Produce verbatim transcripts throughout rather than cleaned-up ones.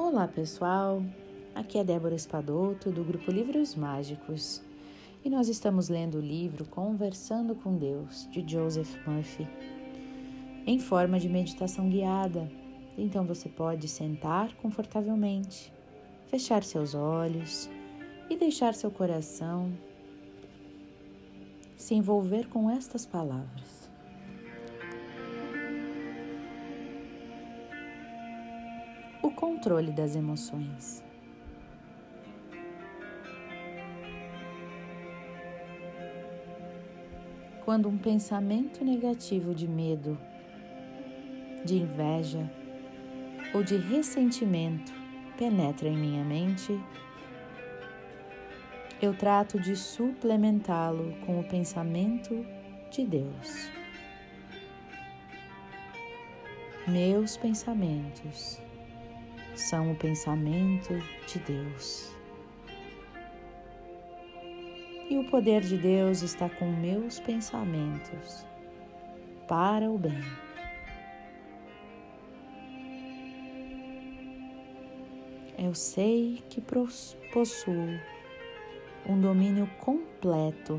Olá pessoal, aqui é Débora Espadoto do grupo Livros Mágicos e nós estamos lendo o livro Conversando com Deus, de Joseph Murphy, em forma de meditação guiada. Então você pode sentar confortavelmente, fechar seus olhos e deixar seu coração se envolver com estas palavras. O controle das emoções. Quando um pensamento negativo de medo, de inveja ou de ressentimento penetra em minha mente, eu trato de suplementá-lo com o pensamento de Deus. Meus pensamentos são o pensamento de Deus. E o poder de Deus está com meus pensamentos para o bem. Eu sei que possuo um domínio completo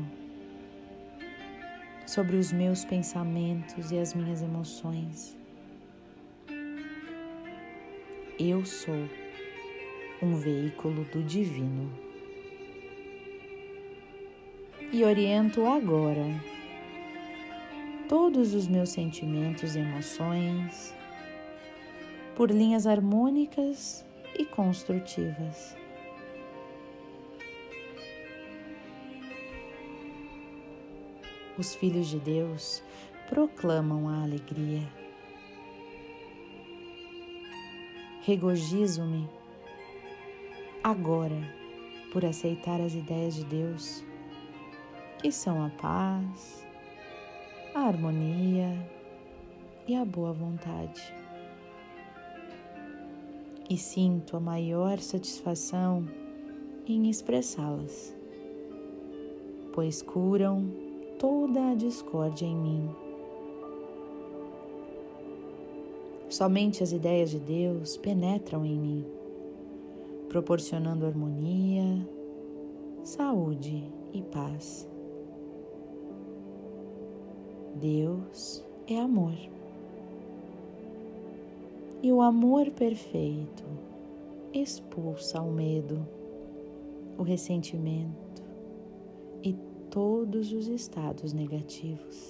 sobre os meus pensamentos e as minhas emoções. Eu sou um veículo do divino. E oriento agora todos os meus sentimentos e emoções por linhas harmônicas e construtivas. Os filhos de Deus proclamam a alegria. Regozijo-me agora por aceitar as ideias de Deus, que são a paz, a harmonia e a boa vontade. E sinto a maior satisfação em expressá-las, pois curam toda a discórdia em mim. Somente as ideias de Deus penetram em mim, proporcionando harmonia, saúde e paz. Deus é amor. E o amor perfeito expulsa o medo, o ressentimento e todos os estados negativos.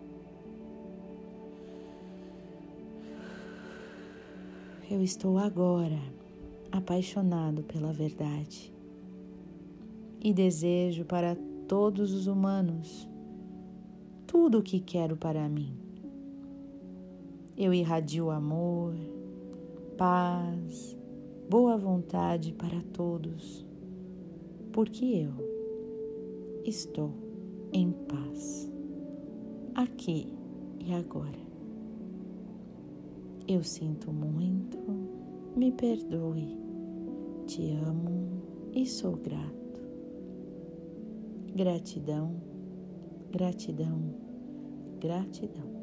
Eu estou agora apaixonado pela verdade e desejo para todos os humanos tudo o que quero para mim. Eu irradio amor, paz, boa vontade para todos, porque eu estou em paz, aqui e agora. Eu sinto muito, me perdoe, te amo e sou grato. Gratidão, gratidão, gratidão.